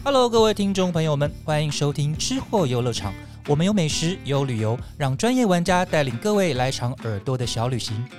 Hello， 各位听众朋友们，欢迎收听吃货游乐场。我们有美食，有旅游，让专业玩家带领各位来场耳朵的小旅行。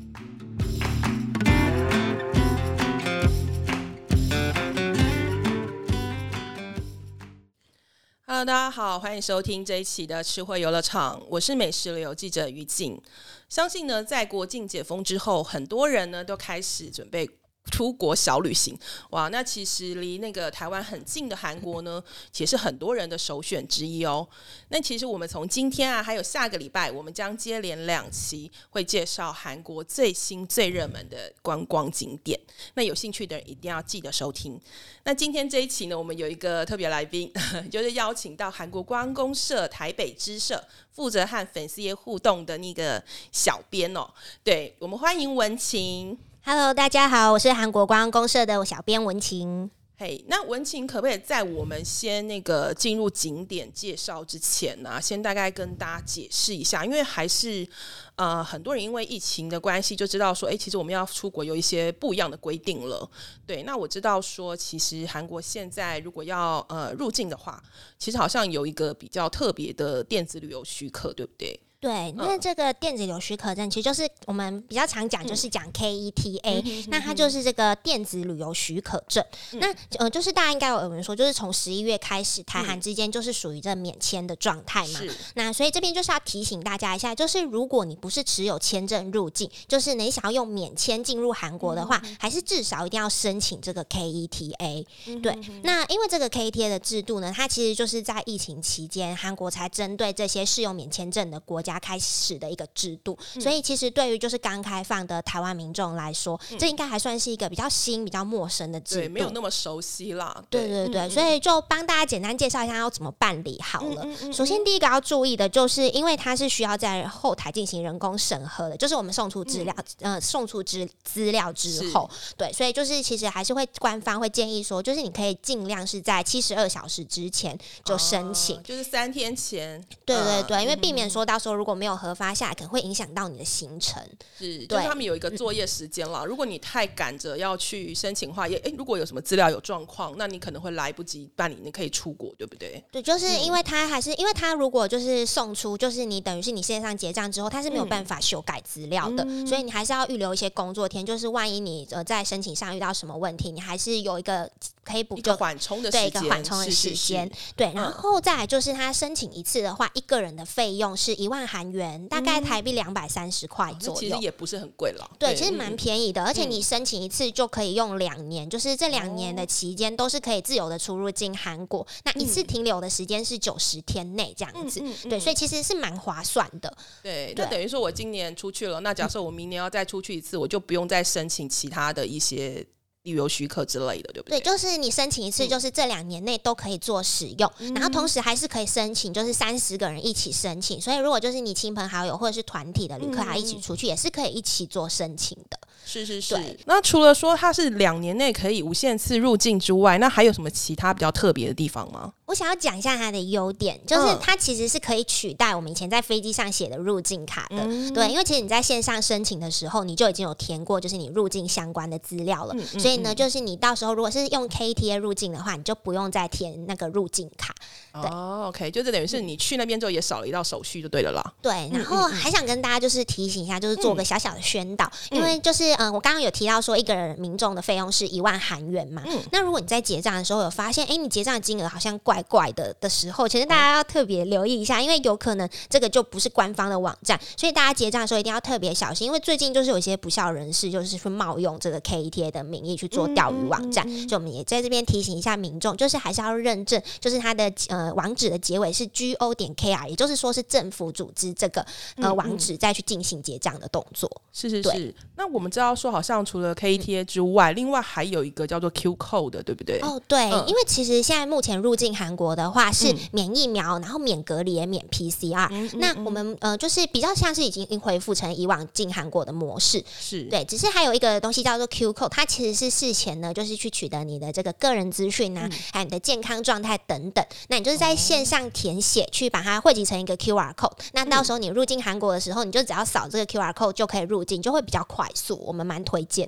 Hello， 大家好，欢迎收听这一期的吃货游乐场，我是美食旅游记者于静。相信呢，在国境解封之后，很多人呢都开始准备出国小旅行。哇，那其实离那个台湾很近的韩国呢，也是很多人的首选之一哦。那其实我们从今天还有下个礼拜，我们将接连2期会介绍韩国最新最热门的观光景点。那有兴趣的人一定要记得收听。那今天这一期呢，我们有一个特别来宾，就是邀请到韩国观光公社台北支社负责和粉丝页互动的那个小编哦。对，我们欢迎文晴。 Hello， 大家好，我是韩国观光公社的小编文晴。 那文晴可不可以在我们先进入景点介绍之前呢，先大概跟大家解释一下，因为还是很多人因为疫情的关系就知道说，其实我们要出国有一些不一样的规定了。对，那我知道说，其实韩国现在如果要入境的话，其实好像有一个比较特别的电子旅游许可，对不对？ 对，那这个电子旅游许可证其实就是我们比较常讲，就是讲 KETA，那它就是这个电子旅游许可证。那就是大家应该有人说，就是从11月开始，台韩之间就是属于这免签的状态嘛。那所以这边就是要提醒大家一下，就是如果你不是持有签证入境，就是你想要用免签进入韩国的话，还是至少一定要申请这个 KETA。对，那因为这个 KETA 的制度呢，它其实就是在疫情期间，韩国才针对这些适用免签证的国家开始的一个制度，所以其实对于就是刚开放的台湾民众来说，这应该还算是一个比较新、比较陌生的制度， 对，没有那么熟悉啦。 对，所以就帮大家简单介绍一下要怎么办理好了。首先第一个要注意的就是，因为它是需要在后台进行人工审核的，就是我们送出资料，送出资料之后，对，所以就是其实还是会官方会建议说，就是你可以尽量是在72小时之前就申请， 就是3天前。 对，因为避免说到时候如果没有核发下来，可能会影响到你的行程。 就是他们有一个作业时间啦。如果你太赶着要去申请的话，如果有什么资料有状况，那你可能会来不及办理，你可以出国，对不对？ 对，就是因为他因为他如果就是送出，就是你等于是你线上结账之后，他是没有办法修改资料的，所以你还是要预留一些工作天，就是万一你在申请上遇到什么问题，你还是有一个可以补救缓冲的时间， 对，一个缓冲的时间。对，然后再来就是他申请一次的话，一个人的费用是1万韩元，大概台币230块左右， 其实也不是很贵了。 对，其实蛮便宜的，而且你申请一次就可以用2年，就是这2年的期间都是可以自由的出入境韩国。那一次停留的时间是90天内这样子，对，所以其实是蛮划算的。 对，那等于说我今年出去了，那假设我明年要再出去一次，我就不用再申请其他的一些旅游许可之类的，对不对？ 对，就是你申请一次，就是这2年内都可以做使用，然后同时还是可以申请，就是30个人一起申请。所以如果就是你亲朋好友或者是团体的旅客，一起出去也是可以一起做申请的。 是。那除了说它是2年内可以无限次入境之外，那还有什么其他比较特别的地方吗？ 我想要讲一下它的优点，就是它其实是可以取代我们以前在飞机上写的入境卡的。对，因为其实你在线上申请的时候，你就已经有填过就是你入境相关的资料了，所以呢，就是你到时候如果是用 KETA 入境的话，你就不用再填那个入境卡。对 ，OK， 就是等于是你去那边之后也少了一道手续就对了啦。 对，然后还想跟大家就是提醒一下，就是做个小小的宣导，因为就是我刚刚有提到说一个人民众的费用是1万韩元嘛，那如果你在结账的时候有发现，你结账的金额好像怪怪的时候，其实大家要特别留意一下，因为有可能这个就不是官方的网站，所以大家结账的时候一定要特别小心，因为最近就是有一些不肖人士就是去冒用这个 KETA 的名义去做钓鱼网站，所以我们也在这边提醒一下民众，就是还是要认证，就是它的网址的结尾是 go.kr， 也就是说是政府组织这个网址再去进行结账的动作。 是。那我们知道说，好像除了 KETA 之外，另外还有一个叫做 Q Code 的，对不对？ 对，因为其实现在目前入境韩国的话是免疫苗，然后免隔离也免 PCR。那我们就是比较像是已经恢复成以往进韩国的模式。 是， 对，只是还有一个东西叫做 Q Code， 它其实是事前呢，就是去取得你的这个个人资讯啊，还有你的健康状态等等。那你就是在线上填写，去把它汇集成一个 QR code。那到时候你入境韩国的时候，你就只要扫这个 QR code 就可以入境，就会比较快速。我们蛮推荐的。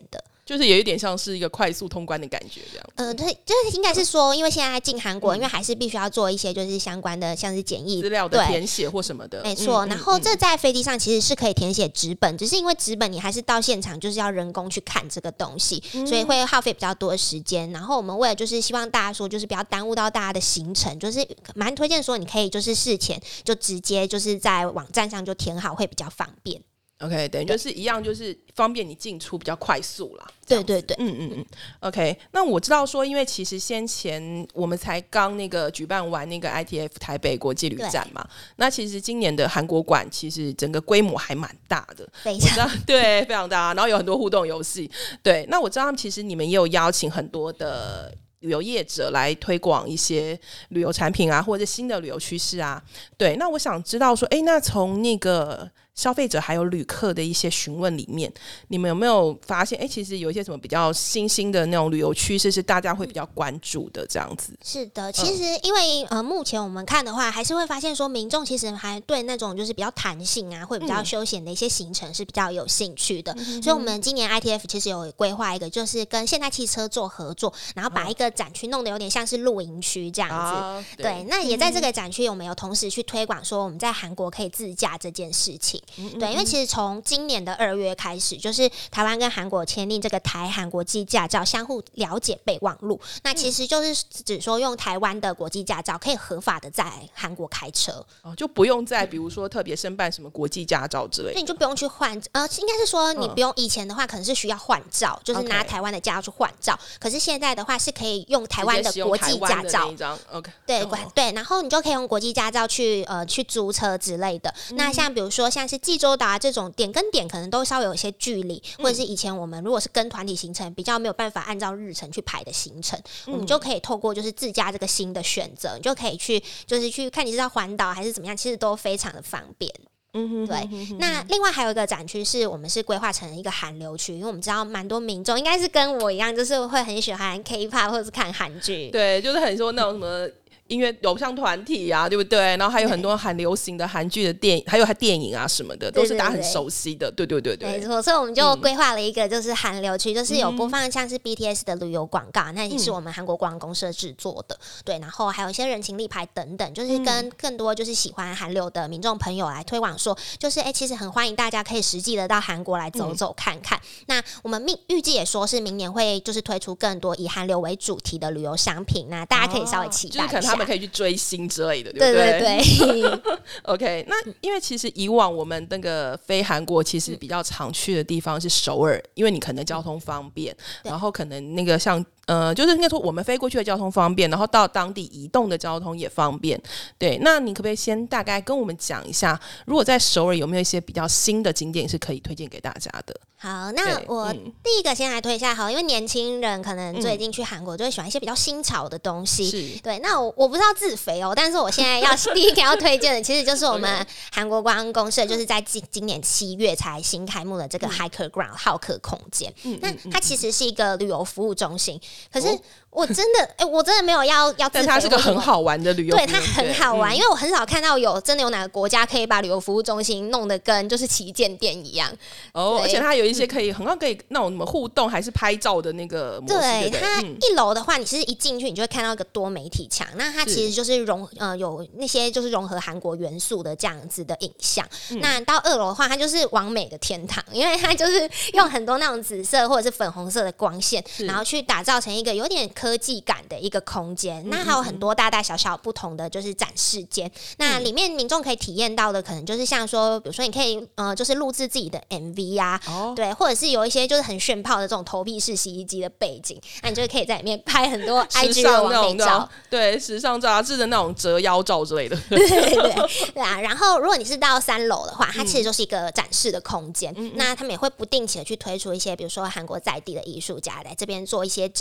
就是有一点像是一个快速通关的感觉这样。 对，就是应该是说，因为现在进韩国，因为还是必须要做一些就是相关的像是检疫资料的填写或什么的， 没错。然后这在飞机上其实是可以填写纸本，只是因为纸本你还是到现场就是要人工去看这个东西，所以会耗费比较多的时间。然后我们为了就是希望大家说就是不要耽误到大家的行程，就是蛮推荐说你可以就是事前就直接就是在网站上就填好，会比较方便。 OK， 等于就是一样，就是方便你进出比较快速啦。 对对对 ，OK。那我知道说，因为其实先前我们才刚那个举办完那个 ITF 台北国际旅展嘛，那其实今年的韩国馆其实整个规模还蛮大的， 非常对，非常大，然后有很多互动游戏。对，那我知道其实你们也有邀请很多的旅游业者来推广一些旅游产品啊，或者新的旅游趋势啊。对，那我想知道说，那从那个消费者还有旅客的一些询问里面，你们有没有发现其实有一些什么比较新兴的那种旅游趋势是大家会比较关注的这样子？是的，其实因为目前我们看的话还是会发现说民众其实还对那种就是比较弹性啊会比较休闲的一些行程是比较有兴趣的，所以我们今年 ITF 其实有规划一个就是跟现代汽车做合作，然后把一个展区弄得有点像是露营区这样子，对，那也在这个展区我们有同时去推广说我们在韩国可以自驾这件事情。对，因为其实从今年的2月开始，就是台湾跟韩国签订这个台韩国际驾照相互了解备忘录，那其实就是只说用台湾的国际驾照可以合法的在韩国开车， 就不用再比如说特别申办什么国际驾照之类的， 那你就不用去换应该是说你不用，以前的话可能是需要换照，就是拿台湾的驾照去换照，可是现在的话是可以用台湾的国际驾照 ，OK， 对，然后你就可以用国际驾照去租车之类的。那像比如说像是济州岛这种点跟点可能都稍微有一些距离，或者是以前我们如果是跟团体行程比较没有办法按照日程去排的行程，我们就可以透过就是自驾这个新的选择，你就可以去就是去看你是要环岛还是怎么样，其实都非常的方便。对，那另外还有一个展区是我们是规划成一个韩流区，因为我们知道蛮多民众应该是跟我一样，就是会很喜欢 K-pop 或者是看韩剧， 对，就是很说那种什么音乐偶像团体啊，对不对？然后还有很多很流行的韩剧的电影，还有电影啊什么的，都是大家很熟悉的。对， 没错。所以我们就规划了一个就是韩流区，就是有播放像是 BTS 的旅游广告，那也是我们韩国观光公社制作的。对，然后还有一些人情立牌等等，就是跟更多就是喜欢韩流的民众朋友来推广说，就是其实很欢迎大家可以实际的到韩国来走走看看。那我们预计也说是明年会就是推出更多以韩流为主题的旅游商品，那大家可以稍微期待一下。 他们可以去追星之类的，对不对？ 对 OK， 那因为其实以往我们那个飞韩国其实比较常去的地方是首尔，因为你可能交通方便，然后可能那个像就是应该说我们飞过去的交通方便，然后到当地移动的交通也方便。对，那你可不可以先大概跟我们讲一下，如果在首尔有没有一些比较新的景点是可以推荐给大家的？ 好，那我第一个先来推一下好，因为年轻人可能最近去韩国就会喜欢一些比较新潮的东西。对，那我不知道自肥但是我现在第一个要推荐的，其实就是我们韩国观光公社就是在今年7月才新开幕的这个 Hiker Ground 好客空间。那它其实是一个旅游服务中心，可是我真的没有要自肥， 但它是个很好玩的旅游服务， 对，它很好玩，因为我很少看到真的有哪个国家可以把旅游服务中心弄得跟就是旗舰店一样。 而且它有一些可以那种什么互动还是拍照的那个模式。 对，它1楼的话，你其实一进去你就会看到一个多媒体墙，那它其实就是有那些就是融合韩国元素的这样子的影像。那到2楼的话，它就是网美的天堂，因为它就是用很多那种紫色或者是粉红色的光线，然后去打造成一个有点科技感的一个空间。那还有很多大大小小不同的就是展示间。那里面民众可以体验到的，可能就是像说，比如说你可以就是录制自己的 MV 啊，对，或者是有一些就是很炫炮的这种投币式洗衣机的背景，那你就可以在里面拍很多 IG 的完美照， 对，时尚杂志的那种折腰照之类的。 对啊。然后如果你是到3楼的话，它其实就是一个展示的空间。那他们也会不定期的去推出一些，比如说韩国在地的艺术家来这边做一些展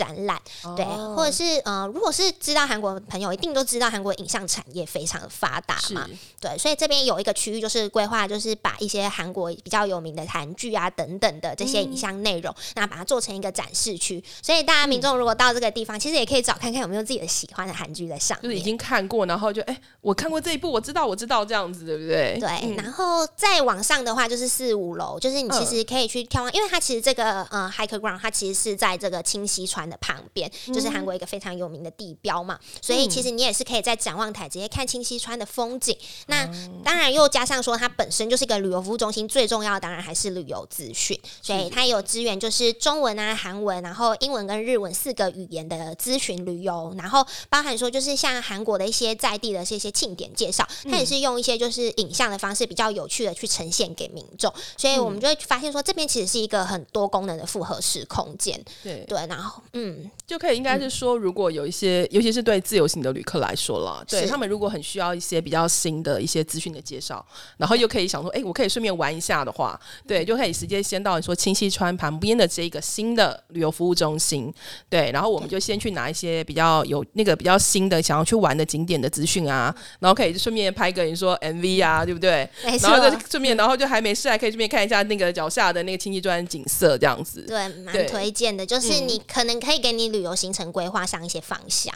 展览，对，或者是如果是知道韩国的朋友，一定都知道韩国影像产业非常的发达嘛，对，所以这边有一个区域就是规划，就是把一些韩国比较有名的韩剧啊等等的这些影像内容，那把它做成一个展示区，所以大家民众如果到这个地方，其实也可以找看看有没有自己的喜欢的韩剧在上面， 就是已经看过，然后就我看过这一部，我知道这样子，对不对？ 对，然后再往上的话就是4、5楼，就是你其实可以去眺望，因为它其实这个Hiker Ground 它其实是在这个清溪川的旁边，就是韩国一个非常有名的地标嘛，所以其实你也是可以在展望台直接看清溪川的风景。那当然又加上说它本身就是一个旅游服务中心，最重要的当然还是旅游资讯，所以它有支援就是中文啊、韩文，然后英文跟日文4个语言的咨询旅游，然后包含说就是像韩国的一些在地的这些庆典介绍，它也是用一些就是影像的方式比较有趣的去呈现给民众，所以我们就会发现说这边其实是一个很多功能的复合式空间。对，然后就可以应该是说，如果有一些尤其是对自由行的旅客来说啦，对他们如果很需要一些比较新的一些资讯的介绍，然后又可以想说我可以顺便玩一下的话，对，就可以直接先到你说清溪川旁边的这个新的旅游服务中心，对，然后我们就先去拿一些比较有那个比较新的想要去玩的景点的资讯啊，然后可以顺便拍个你说 MV 啊，对不对？然后就顺便，然后就还没事还可以顺便看一下那个脚下的那个清溪川景色这样子， 对，蛮推荐的，就是你可能可以给你旅游行程规划上一些方向。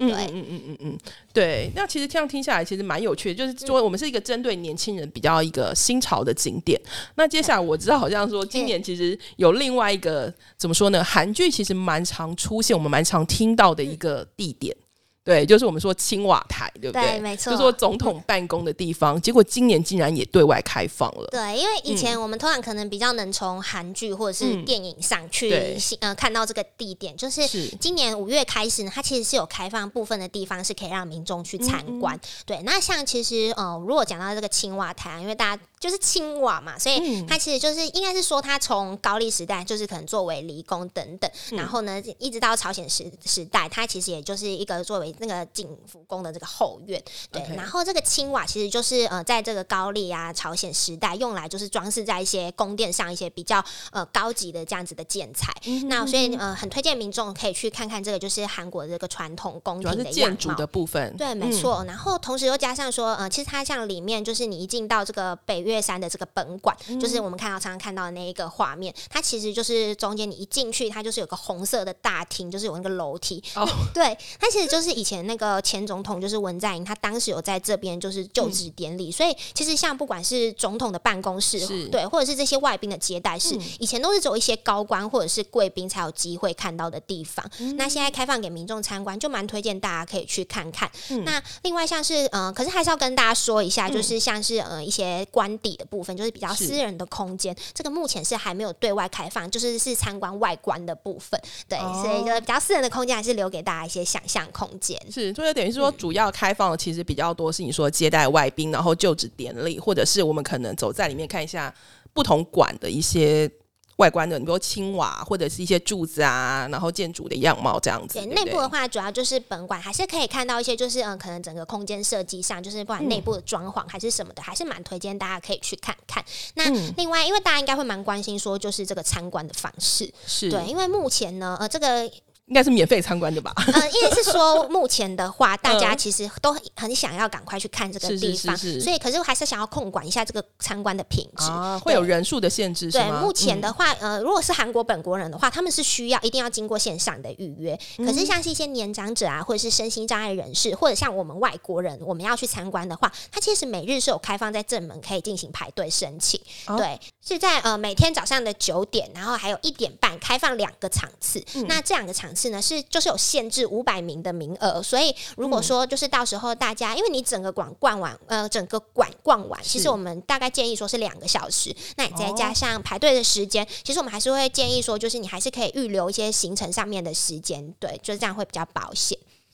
对，那其实这样听下来其实蛮有趣的，就是说我们是一个针对年轻人比较一个新潮的景点。那接下来我知道好像说今年其实有另外一个怎么说呢，韩剧其实蛮常出现，我们蛮常听到的一个地点。对，就是我们说青瓦台，对不对？ 对，没错， 就是说总统办公的地方，结果今年竟然也对外开放了。 对，因为以前我们通常可能比较能从韩剧或者是电影上去看到这个地点，就是今年5月开始呢，它其实是有开放部分的地方是可以让民众去参观。对，那像其实如果讲到这个青瓦台，因为大家就是青瓦嘛，所以它其实就是应该是说它从高丽时代就是可能作为离宫等等，然后呢一直到朝鲜时代，它其实也就是一个作为那个景福宫的这个后院。对，然后这个青瓦其实就是在这个高丽啊朝鲜时代用来就是装饰在一些宫殿上一些比较高级的这样子的建材。那所以很推荐民众可以去看看这个就是韩国的这个传统宫廷的样貌， 主要是建筑的部分。 对，没错。然后同时又加上说其实它像里面就是你一进到这个北岳山的这个本馆，就是我们常常看到的那一个画面，它其实就是中间你一进去它就是有个红色的大厅，就是有那个楼梯。对，它其实就是以前那个前总统就是文在寅，他当时有在这边就是就职典礼，所以其实像不管是总统的办公室，对，或者是这些外宾的接待室，以前都是只有一些高官或者是贵宾才有机会看到的地方。那现在开放给民众参观，就蛮推荐大家可以去看看。那另外像是可是还是要跟大家说一下，就是像是一些官邸的部分，就是比较私人的空间，这个目前是还没有对外开放，就是参观外观的部分。对，所以就比较私人的空间还是留给大家一些想象空间。 是，所以等于是说主要开放的其实比较多是你说接待外宾，然后就职典礼，或者是我们可能走在里面看一下不同馆的一些外观的，比如说青瓦或者是一些柱子啊，然后建筑的样貌这样子。 对，内部的话主要就是本馆还是可以看到一些就是可能整个空间设计上，就是不管内部的装潢还是什么的，还是蛮推荐大家可以去看看。那另外因为大家应该会蛮关心说就是这个参观的方式，是对，因为目前呢这个应该是免费参观的吧？ 因为是说目前的话，大家其实都很想要赶快去看这个地方，所以可是还是想要控管一下这个参观的品质啊，会有人数的限制是吗？ 对，目前的话，如果是韩国本国人的话，他们是一定要经过线上的预约。可是像是一些年长者啊，或者是身心障碍人士，或者像我们外国人，我们要去参观的话，它其实每日是有开放在正门可以进行排队申请。对，是在每天早上的9点，然后还有1点半开放2个场次。那这2个场次呢就是有限制500名的名额，所以如果说就是到时候大家，因为你整个馆逛完，其实我们大概建议说是2个小时，那你再加上排队的时间，其实我们还是会建议说，就是你还是可以预留一些行程上面的时间，对，就是这样会比较保险。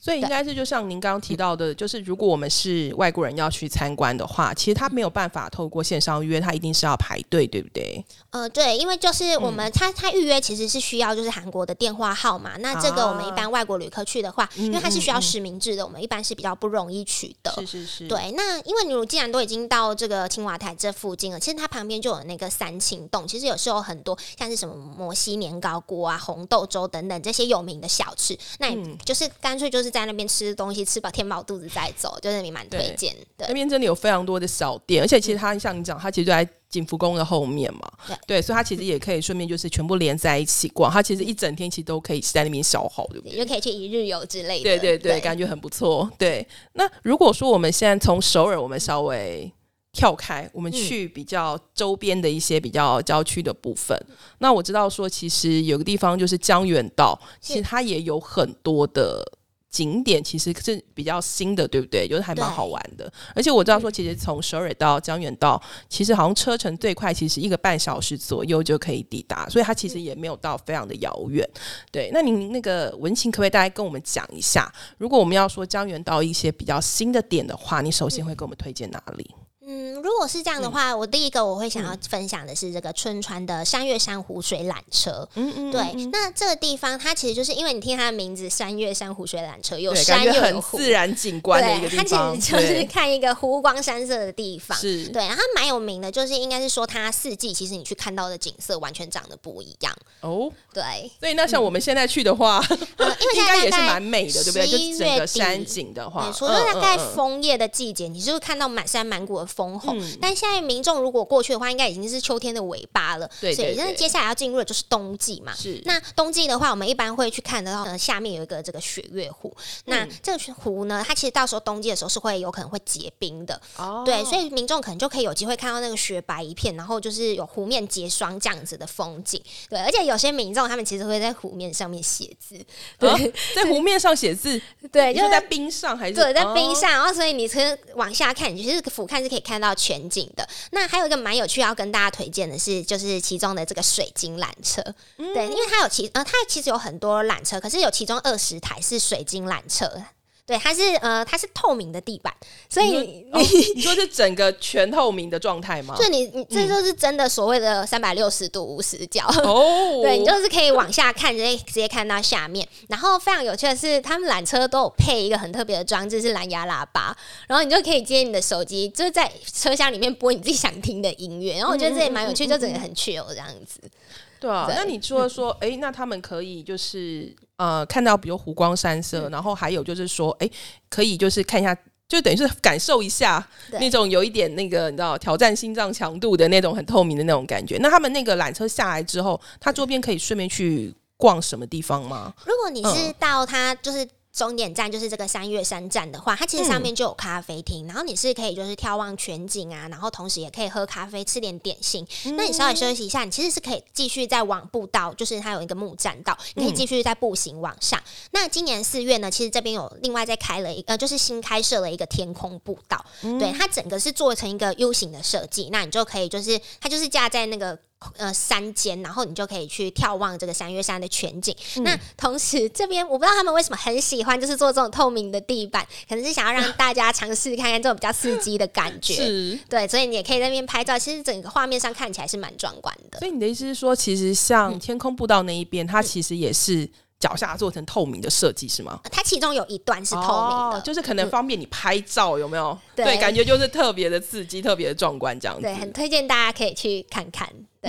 所以应该是就像您刚刚提到的，就是如果我们是外国人要去参观的话，其实他没有办法透过线上预约，他一定是要排队，对不对？ 对，因为就是我们他预约其实是需要就是韩国的电话号码，那这个我们一般外国旅客去的话，因为它是需要实名制的，我们一般是比较不容易取得。 是。 对，那因为你既然都已经到这个青瓦台这附近了，其实它旁边就有那个三清洞，其实有时候很多像是什么摩西年糕锅啊、红豆粥等等这些有名的小吃，那你就是干脆就是在那边吃东西，吃饱填饱肚子再走，就是蛮推荐的。 那边真的有非常多的小店，而且其实它像你讲，它其实就在景福宫的后面嘛，对，所以它其实也可以顺便就是全部连在一起逛，它其实一整天其实都可以在那边消耗，对不对？ 就可以去一日游之类的， 对，感觉很不错。对，那如果说我们现在从首尔，我们稍微跳开，我们去比较周边的一些比较郊区的部分，那我知道说其实有个地方就是江原道，其实它也有很多的景点其实是比较新的，对不对？就是还蛮好玩的。而且我知道说，其实从首尔到江原道，其实好像车程最快其实1个半小时左右就可以抵达，所以它其实也没有到非常的遥远。对，那您那个文晴可不可以大概跟我们讲一下，如果我们要说江原道一些比较新的点的话，你首先会给我们推荐哪里？ 如果是这样的话，我第一个我会想要分享的是这个春川的山岳山湖水缆车。对，那这个地方它其实就是因为你听它的名字山岳山湖水缆车，有山又有湖， 很自然景观的一个地方， 它其实就是看一个湖光山色的地方。 是， 对，然后它蛮有名的，就是应该是说它四季其实你去看到的景色完全长得不一样哦。对， 所以那像我们现在去的话， 因为应该也是蛮美的，对不对？就整个山景的话， 没错，就是大概枫叶的季节，你就会看到满山满谷的枫红。但现在民众如果过去的话，应该已经是秋天的尾巴了。 对， 所以那接下来要进入的就是冬季嘛。 是， 那冬季的话，我们一般会去看得到下面有一个这个雪月湖。那这个湖呢，它其实到时候冬季的时候是会有可能会结冰的。对，所以民众可能就可以有机会看到那个雪白一片，然后就是有湖面结霜这样子的风景。对，而且有些民众他们其实会在湖面上面写字。 对，在湖面上写字。 对， 就是在冰上还是？ 对，在冰上。然后所以你往下看，你其实俯瞰是可以看到全景的。那还有一个蛮有趣要跟大家推荐的是，就是其中的这个水晶缆车。对，因为它其实有很多缆车，可是有其中20台是水晶缆车。对，它是透明的地板，所以你说是整个全透明的状态吗？ 就你这就是真的所谓的360度无死角哦。对，你就是可以往下看，直接看到下面。然后非常有趣的是，他们缆车都有配一个很特别的装置，是蓝牙喇叭，然后你就可以接你的手机，就是在车厢里面播你自己想听的音乐。然后我觉得这也蛮有趣，就整个很 chill 这样子。 对啊，那你除了说，那他们可以就是看到比如湖光山色，然后还有就是说，可以就是看一下，就等于是感受一下那种有一点那个你知道挑战心脏强度的那种很透明的那种感觉。那他们那个缆车下来之后，它周边可以顺便去逛什么地方吗？ 如果你是到它就是终点站就是这个山岳山站的话，它其实上面就有咖啡厅，然后你是可以就是眺望全景啊，然后同时也可以喝咖啡吃点点心。那你稍微休息一下，你其实是可以继续再往步道，就是它有一个木栈道，你可以继续再步行往上。那今年4月呢，其实这边有另外再开了就是新开设了一个天空步道，对，它整个是做成一个 U 型的设计，那你就可以就是它就是架在那个山间，然后你就可以去眺望这个山岳山的全景。那同时这边我不知道他们为什么很喜欢就是做这种透明的地板，可能是想要让大家尝试看看这种比较刺激的感觉。 是， 对，所以你也可以在那边拍照，其实整个画面上看起来是蛮壮观的。 所以你的意思是说，其实像天空步道那一边，它其实也是脚下做成透明的设计是吗？ 它其中有一段是透明的， 就是可能方便你拍照，有没有？对，感觉就是特别的刺激，特别的壮观这样子。 对，很推荐大家可以去看看。对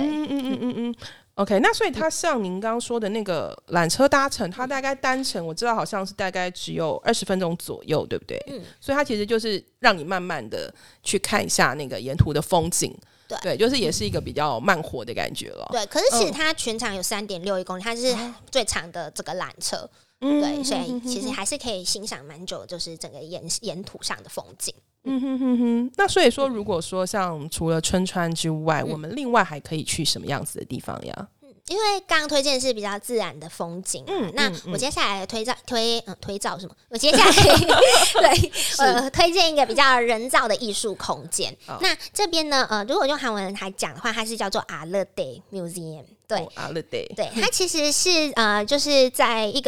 OK， 那所以它像您刚刚说的那个缆车搭乘，它大概单程我知道好像是大概只有20分钟左右，对不对？所以它其实就是让你慢慢的去看一下那个沿途的风景。对，就是也是一个比较慢活的感觉了。 对，可是其实它全长有3.61公里，它是最长的这个缆车。对，所以其实还是可以欣赏蛮久，就是整个沿途上的风景。 那所以说，如果说像除了春川之外，我们另外还可以去什么样子的地方呀？ 因为刚刚推荐的是比较自然的风景那我接下来推造什么？我接下来对推荐一个比较人造的艺术空间。那这边呢，如果用韩文来讲的话，它是叫做阿乐 Day Museum。对， 阿乐 Day， 对，它其实是就是在一个。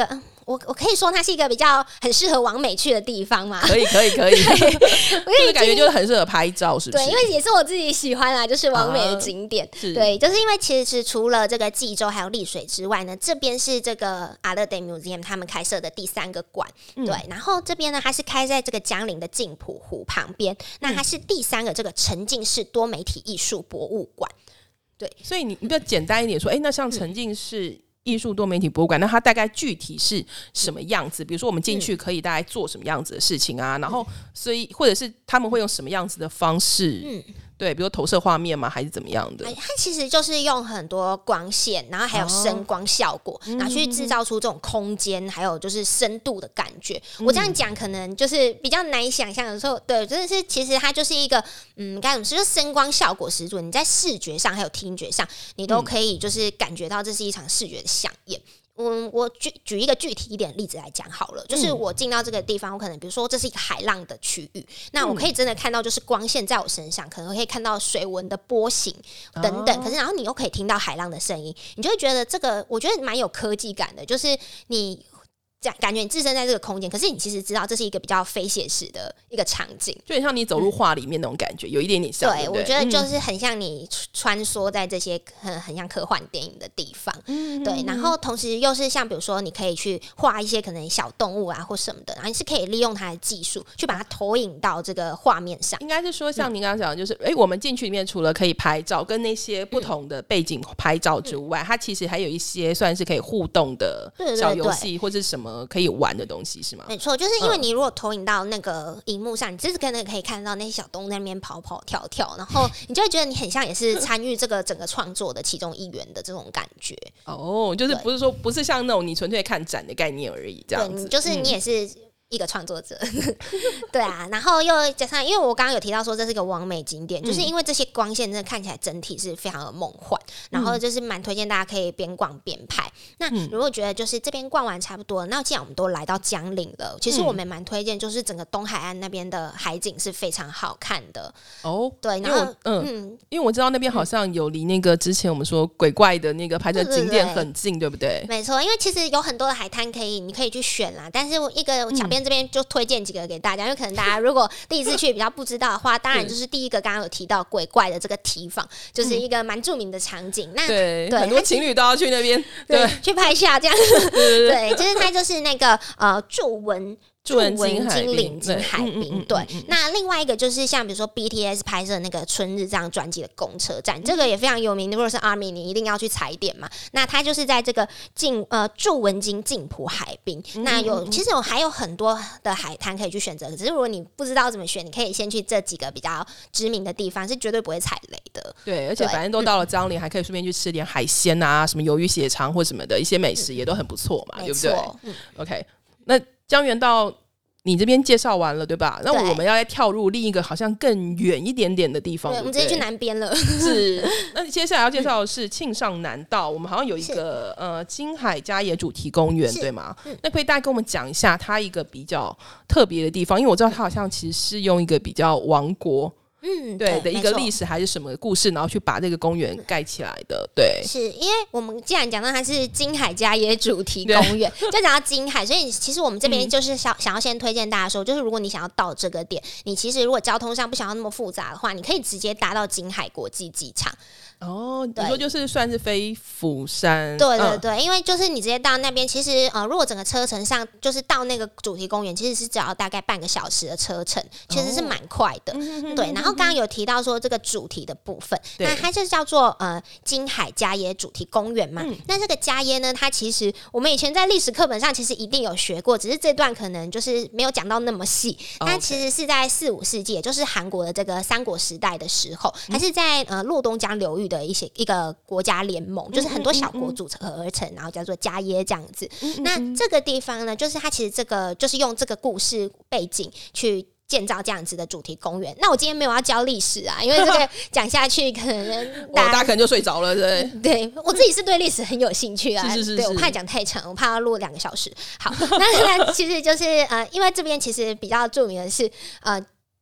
我可以说它是一个比较很适合网美去的地方嘛？ 可以，就是感觉就是很适合拍照，是不是？ 对，因为也是我自己喜欢啦，就是网美的景点。对，就是因为其实除了这个济州还有丽水之外呢，这边是这个 Other Day Museum 他们开设的第3个馆。对，然后这边呢，它是开在这个江陵的镜浦湖旁边，那它是第3个这个沉浸式多媒体艺术博物馆。对， 所以你比较简单一点说，那像沉浸式艺术多媒体博物馆，那它大概具体是什么样子？比如说我们进去可以大概做什么样子的事情啊？然后所以或者是他们会用什么样子的方式？对，比如投射画面吗？还是怎么样的？ 它其实就是用很多光线，然后还有声光效果，然后去制造出这种空间，还有就是深度的感觉。我这样讲可能就是比较难以想象的时候，对，真的是其实它就是一个该怎么说，就是声光效果十足。你在视觉上还有听觉上，你都可以就是感觉到这是一场视觉的飨宴。我举一个具体一点的例子来讲好了，就是我进到这个地方，我可能比如说这是一个海浪的区域，那我可以真的看到就是光线在我身上，可能可以看到水纹的波形等等，可是然后你又可以听到海浪的声音，你就会觉得这个我觉得蛮有科技感的，就是你感觉你置身在这个空间，可是你其实知道这是一个比较非写实的一个场景， 就很像你走入画里面那种感觉，有一点点像。 对，我觉得就是很像你穿梭在这些很像科幻电影的地方。对，然后同时又是像比如说你可以去画一些可能小动物啊或什么的，然后你是可以利用它的技术去把它投影到这个画面上。 应该是说像您刚刚讲的，就是我们进去里面除了可以拍照跟那些不同的背景拍照之外，它其实还有一些算是可以互动的小游戏或者什么可以玩的东西，是吗？ 没错，就是因为你如果投影到那个荧幕上，你就是可以看到那些小动物在那边跑跑跳跳，然后你就会觉得你很像也是参与这个整个创作的其中一员的这种感觉。 就是不是像那种你纯粹看展的概念而已，这样子。 对，就是你也是一个创作者对啊，然后又加上因为我刚刚有提到说这是个网美景点，就是因为这些光线真的看起来整体是非常的梦幻，然后就是蛮推荐大家可以边逛边拍。那如果觉得就是这边逛完差不多，那既然我们都来到江陵了，其实我们蛮推荐就是整个东海岸那边的海景是非常好看的。对，然后因为我知道那边好像有离那个之前我们说鬼怪的那个拍摄景点很近，对不对？ 没错，因为其实有很多的海滩你可以去选啦，但是一个小编这边就推荐几个给大家，因为可能大家如果第一次去比较不知道的话，当然就是第一个刚刚有提到鬼怪的这个堤防，就是一个蛮著名的场景。那对很多情侣都要去那边，对， 去拍下这样。对，就是它就是那个驻文金陵金海滨。对，那另外一个就是像比如说 BTS 拍摄那个春日这样专辑的公车站，这个也非常有名。如果是 ARMY 你一定要去踩点嘛。那它就是在这个驻文金镜浦海滨。那其实还有很多的海滩可以去选择，可是如果你不知道怎么选，你可以先去这几个比较知名的地方，是绝对不会踩雷的。 对，而且反正都到了江陵，还可以顺便去吃点海鲜啊，什么鱿鱼血肠或什么的一些美食也都很不错嘛，对不对？OK， 那江原道你这边介绍完了对吧？那我们要再跳入另一个好像更远一点点的地方，对， 我们直接去南边了。 是，那接下来要介绍的是庆尚南道，我们好像有一个金海嘉野主题公园，对吗？那可以大概跟我们讲一下它一个比较特别的地方，因为我知道它好像其实是用一个比较王国对的一个历史还是什么故事，然后去把这个公园盖起来的。对， 是因为我们既然讲到它是金海嘉野主题公园，就讲到金海，所以其实我们这边就是想要先推荐大家说，就是如果你想要到这个点，你其实如果交通上不想要那么复杂的话，你可以直接搭到金海国际机场。 你说就是算是飞釜山， 对对对，因为就是你直接到那边，其实如果整个车程上就是到那个主题公园，其实是只要大概半个小时的车程，其实是蛮快的。对，然后刚刚有提到说这个主题的部分，那它就叫做金海嘉野主题公园嘛。那这个嘉野呢，它其实我们以前在历史课本上其实一定有学过，只是这段可能就是没有讲到那么细。它其实是在4、5世纪，也就是韩国的这个三国时代的时候，它是在洛东江流域的一个国家联盟，就是很多小国组合而成，然后叫做嘉耶这样子。那这个地方呢，就是它其实这个就是用这个故事背景去建造这样子的主题公园。那我今天没有要教历史啊，因为这个讲下去可能大家可能就睡着了。 对，我自己是对历史很有兴趣啊。 是对，我怕讲太长，我怕要录2个小时。好，那其实就是因为这边其实比较著名的是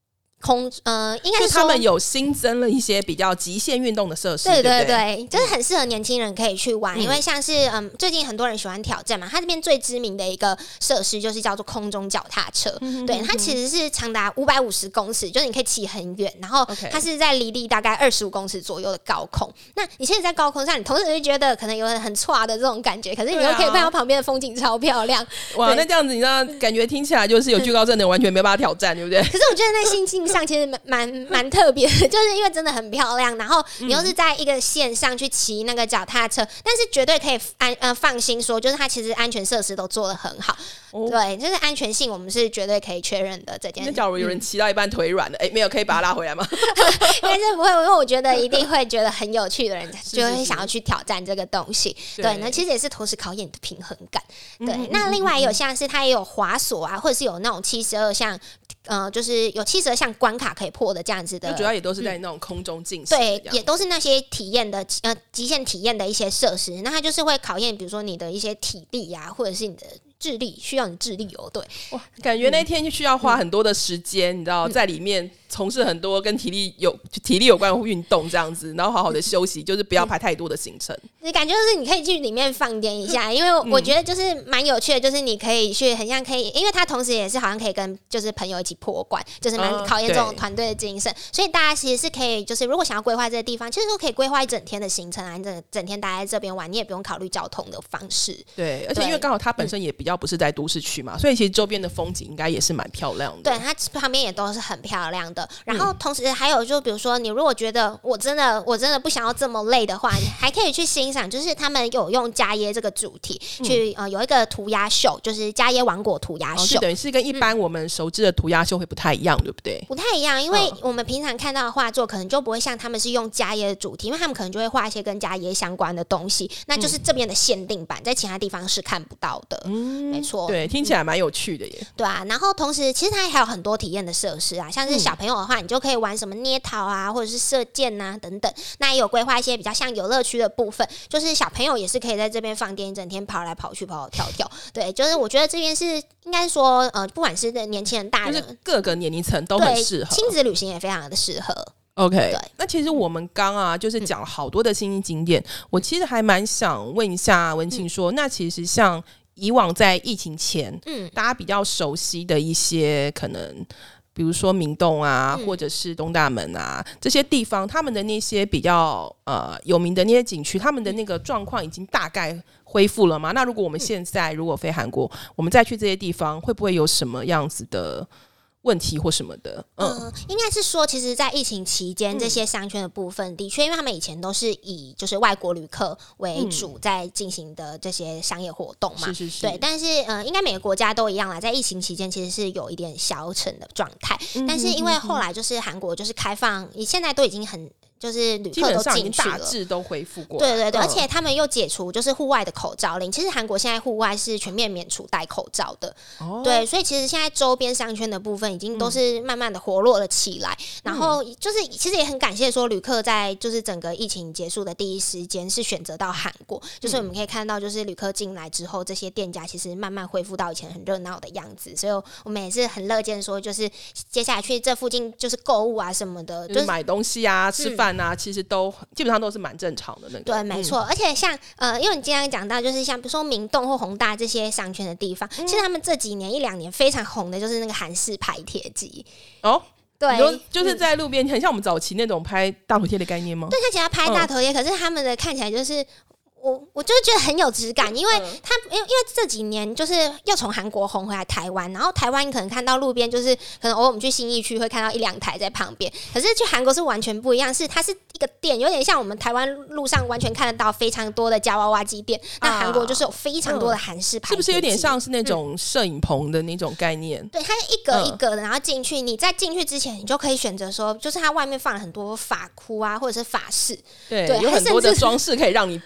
应该是说他们有新增了一些比较极限运动的设施， 对对不对，就是很适合年轻人可以去玩，因为像是最近很多人喜欢挑战嘛，它这边最知名的一个设施就是叫做空中脚踏车，对，它其实是长达550公尺，就是你可以骑很远，然后它是在离地大概25公尺左右的高空。那你现在在高空上，你同时就觉得可能有很歘的这种感觉，可是你又可以看到旁边的风景超漂亮。 哇，那这样子你知道，感觉听起来就是有惧高症的人完全没有办法挑战，对不对？ 可是我觉得在心境上其实蛮特别的，就是因为真的很漂亮，然后你又是在一个线上去骑那个脚踏车，但是绝对可以放心说，就是它其实安全设施都做得很好。对，就是安全性我们是绝对可以确认的这件事。 那假如有人骑到一半腿软了，没有可以把他拉回来吗？ 应该是不会，因为我觉得一定会觉得很有趣的人就会想要去挑战这个东西。对，那其实也是同时考验你的平衡感。对，那另外有像是它也有滑索啊，或者是有那种72项就是有72项关卡可以破的这样子的， 主要也都是在那种空中进行， 对，也都是那些体验的极限体验的一些设施。那它就是会考验，比如说你的一些体力啊，或者是你的智力，需要你智力哦。对， 哇，感觉那天就需要花很多的时间，你知道，在里面从事很多跟体力有关的运动这样子，然后好好的休息，就是不要排太多的行程。 你感觉就是你可以去里面放电一下，因为我觉得就是蛮有趣的，就是你可以去很像可以，因为它同时也是好像可以跟就是朋友一起破关，就是蛮考验这种团队的精神。所以大家其实是可以，就是如果想要规划这个地方，其实都可以规划一整天的行程啊，你整天待在这边玩，你也不用考虑交通的方式。 对，而且因为刚好它本身也比较不是在都市区嘛，所以其实周边的风景应该也是蛮漂亮的。 对，它旁边也都是很漂亮的。然后同时还有就比如说，你如果觉得我真的不想要这么累的话，你还可以去欣赏，就是他们有用家椰这个主题去有一个涂鸦秀，就是家椰王国涂鸦秀， 就等于是跟一般我们熟知的涂鸦秀会不太一样，对不对？ 不太一样，因为我们平常看到的画作可能就不会像他们是用家椰的主题，因为他们可能就会画一些跟家椰相关的东西，那就是这边的限定版，在其他地方是看不到的。没错， 对，听起来蛮有趣的耶。 对啊，然后同时其实它还有很多体验的设施啊，像是小朋友的话，你就可以玩什么捏陶啊，或者是射箭啊等等。那也有规划一些比较像游乐区的部分，就是小朋友也是可以在这边放电，一整天跑来跑去，跑跑跳跳。对，就是我觉得这边是应该说不管是年轻人、大人， 就是各个年龄层都很适合， 亲子旅行也非常的适合。 OK， 那其实我们就是讲了好多的新景点，我其实还蛮想问一下文庆说，那其实像以往在疫情前，大家比较熟悉的一些可能，比如说明洞啊，或者是东大门啊这些地方，他们的那些比较有名的那些景区，他们的那个状况已经大概恢复了吗？那如果我们现在如果飞韩国，我们再去这些地方，会不会有什么样子的问题或什么的？ 应该是说，其实，在疫情期间，这些商圈的部分，的确，因为他们以前都是以就是外国旅客为主在进行的这些商业活动嘛， 是。 对，但是应该每个国家都一样啦，在疫情期间其实是有一点消沉的状态，但是因为后来就是韩国就是开放，现在都已经很。就是旅客都进去了， 大致都恢复过来。对，而且他们又解除就是户外的口罩令。其实韩国现在户外是全面免除戴口罩的。对，所以其实现在周边商圈的部分已经都是慢慢的活络了起来。然后就是其实也很感谢说旅客在就是整个疫情结束的第一时间是选择到韩国。就是我们可以看到，就是旅客进来之后，这些店家其实慢慢恢复到以前很热闹的样子。所以我们也是很乐见说，就是接下来去这附近就是购物啊什么的， 就是买东西啊、吃饭。其实都基本上都是蛮正常的那个。 对，没错。而且像因为你今天讲到，就是像比如说明洞或弘大这些商圈的地方，其实他们这几年1-2年非常红的就是那个韩式拍贴机。对， 就是在路边，很像我们早期那种拍大头贴的概念吗？ 对，他其实拍大头贴，可是他们的看起来就是。我就觉得很有质感，因为因为这几年就是又从韩国红回来台湾，然后台湾可能看到路边就是可能偶尔我们去信义区会看到1-2台在旁边，可是去韩国是完全不一样，它是一个店，有点像我们台湾路上完全看得到非常多的夹娃娃机店，那韩国就是有非常多的韩式拍贴机， 是不是有点像是那种摄影棚的那种概念？ 对，它是一格一格的，然后进去，你在进去之前，你就可以选择说，就是它外面放了很多发箍啊，或者是发饰， 对，有很多的装饰可以让你戴起来。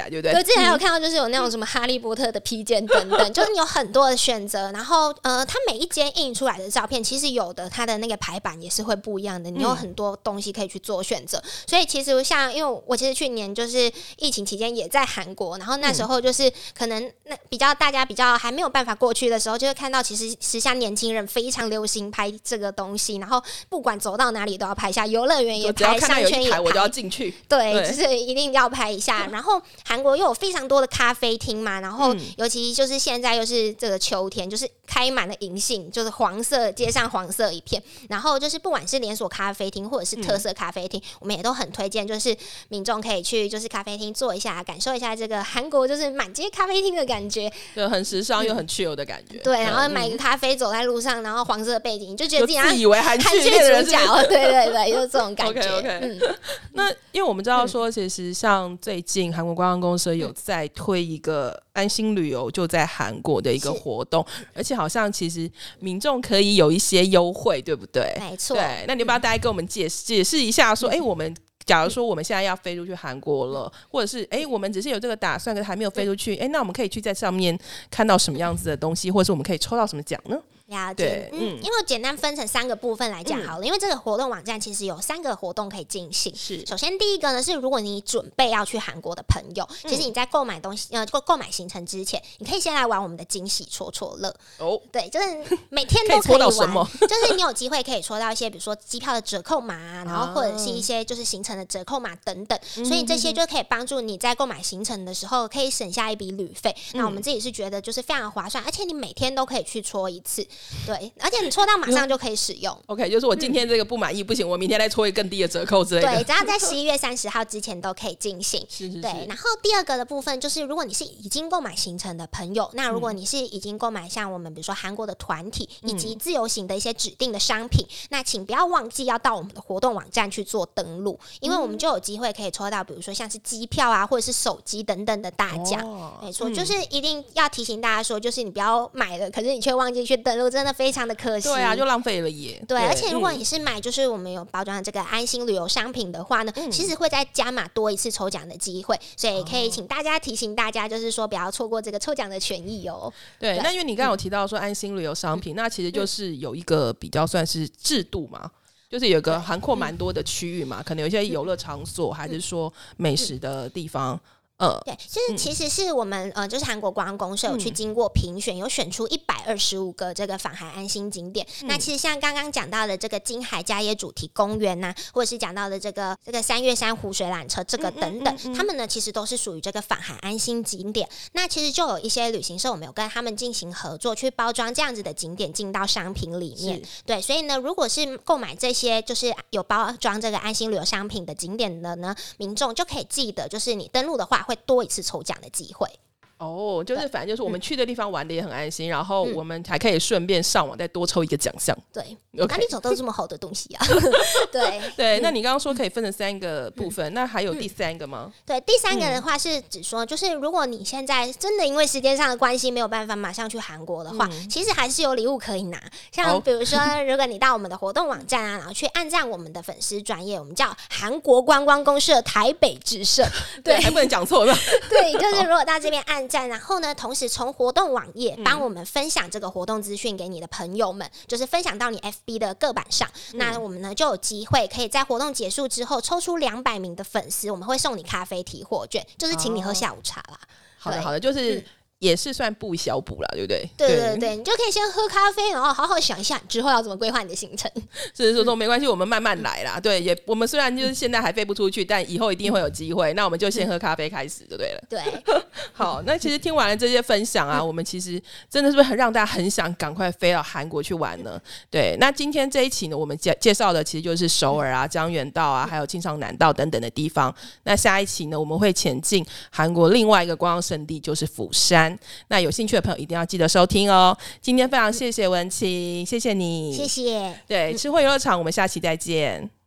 来，对不对？ 对，之前还有看到就是有那种什么哈利波特的披肩等等，就是你有很多的选择。然后它每一间印出来的照片，其实有的它的那个排版也是会不一样的，你有很多东西可以去做选择。所以其实像因为我其实去年就是疫情期间也在韩国，然后那时候就是可能那大家比较还没有办法过去的时候，就会看到其实时下年轻人非常流行拍这个东西，然后不管走到哪里都要拍下，游乐园也拍，商圈也拍， 我就要进去。 对，就是一定要拍一下。然后韩国又有非常多的咖啡厅嘛，然后尤其就是现在又是这个秋天，就是开满了银杏，就是黄色，街上黄色一片。然后就是不管是连锁咖啡厅或者是特色咖啡厅，我们也都很推荐，就是民众可以去就是咖啡厅坐一下，感受一下这个韩国就是满街咖啡厅的感觉， 对，很时尚又很 chill 的感觉。 对，然后买个咖啡走在路上，然后黄色的背景，你就觉得自己自以为韩剧主角，对对对，就是这种感觉。 OK， 那因为我们知道说，其实像最近韩国观光公司有在推一个安心旅游就在韩国的一个活动，而且好像其实民众可以有一些优惠，对不对？ 没错。 对，那你要不要大概跟我们解释一下说，我们假如说我们现在要飞出去韩国了，或者是我们只是有这个打算，可是还没有飞出去，那我们可以去在上面看到什么样子的东西，或者是我们可以抽到什么奖呢？ 了解，因为我简单分成3个部分来讲好了，因为这个活动网站其实有3个活动可以进行。 是， 首先第一个呢是，如果你准备要去韩国的朋友，其实你在购买东西购买行程之前，你可以先来玩我们的惊喜戳戳乐。对，就是每天都可以玩，就是你有机会可以抽到一些，比如说机票的折扣码啊，然后或者是一些就是行程的折扣码等等，所以这些就可以帮助你在购买行程的时候可以省下一笔旅费。那我们自己是觉得就是非常划算，而且你每天都可以去戳一次，对，而且你戳到马上就可以使用。 OK， 就是我今天这个不满意，不行，我明天再戳一个更低的折扣之类的。 对，只要在11月30号之前都可以进行。 是。 对，然后第二个的部分就是，如果你是已经购买行程的朋友，那如果你是已经购买像我们比如说韩国的团体以及自由行的一些指定的商品，那请不要忘记要到我们的活动网站去做登录，因为我们就有机会可以抽到，比如说像是机票啊，或者是手机等等的大奖。没错，就是一定要提醒大家说，就是你不要买了，可是你却忘记去登录，真的非常的可惜。 对啊，就浪费了耶。 对，而且如果你是买就是我们有包装的这个安心旅游商品的话呢，其实会再加码多一次抽奖的机会，所以可以请大家提醒大家，就是说不要错过这个抽奖的权益哦。 对，那因为你刚刚有提到说安心旅游商品，那其实就是有一个比较算是制度嘛，就是有一个涵括蛮多的区域嘛，可能有一些游乐场所，还是说美食的地方。 对，就是其实是我们就是韩国观光公社有去经过评选，有选出125个这个访韩安心景点。那其实像刚刚讲到的这个金海家野主题公园呐，或者是讲到的这个三月山湖水缆车这个等等，他们呢其实都是属于这个访韩安心景点。那其实就有一些旅行社，我们有跟他们进行合作，去包装这样子的景点进到商品里面。对，所以呢，如果是购买这些就是有包装这个安心旅游商品的景点的呢，民众就可以记得，就是你登录的话会多一次抽奖的机会。 就是反正就是我们去的地方玩的也很安心，然后我们还可以顺便上网再多抽一个奖项。 对，哪里找到这么好的东西啊？ 对，那你刚刚说可以分成3个部分，那还有第3个吗？ 对，第3个的话是指说，就是如果你现在真的因为时间上的关系没有办法马上去韩国的话，其实还是有礼物可以拿。像比如说，如果你到我们的活动网站啊，然后去按赞我们的粉丝专页，我们叫韩国观光公社台北支社， 对，还不能讲错了。 对，就是如果到这边按赞，然后呢，同时从活动网页帮我们分享这个活动资讯给你的朋友们，就是分享到你 FB 的个板上，那我们呢就有机会可以在活动结束之后抽出200名的粉丝，我们会送你咖啡提货券，就是请你喝下午茶啦。 好的，就是也是算不小补啦，对不对？ 对，你就可以先喝咖啡，然后好好想一下之后要怎么规划你的行程。 是说没关系，我们慢慢来啦。对，我们虽然就是现在还飞不出去，但以后一定会有机会。那我们就先喝咖啡开始就对了。 对， 好，那其实听完了这些分享啊，我们其实真的是不是让大家很想赶快飞到韩国去玩呢？对，那今天这一期呢，我们介绍的其实就是首尔啊、江原道啊，还有庆尚南道等等的地方。那下一期呢，我们会前进韩国另外一个观光胜地，就是釜山。那有兴趣的朋友一定要记得收听哦。今天非常谢谢文琪，谢谢你， 谢谢。 对，吃货游乐场，我们下期再见。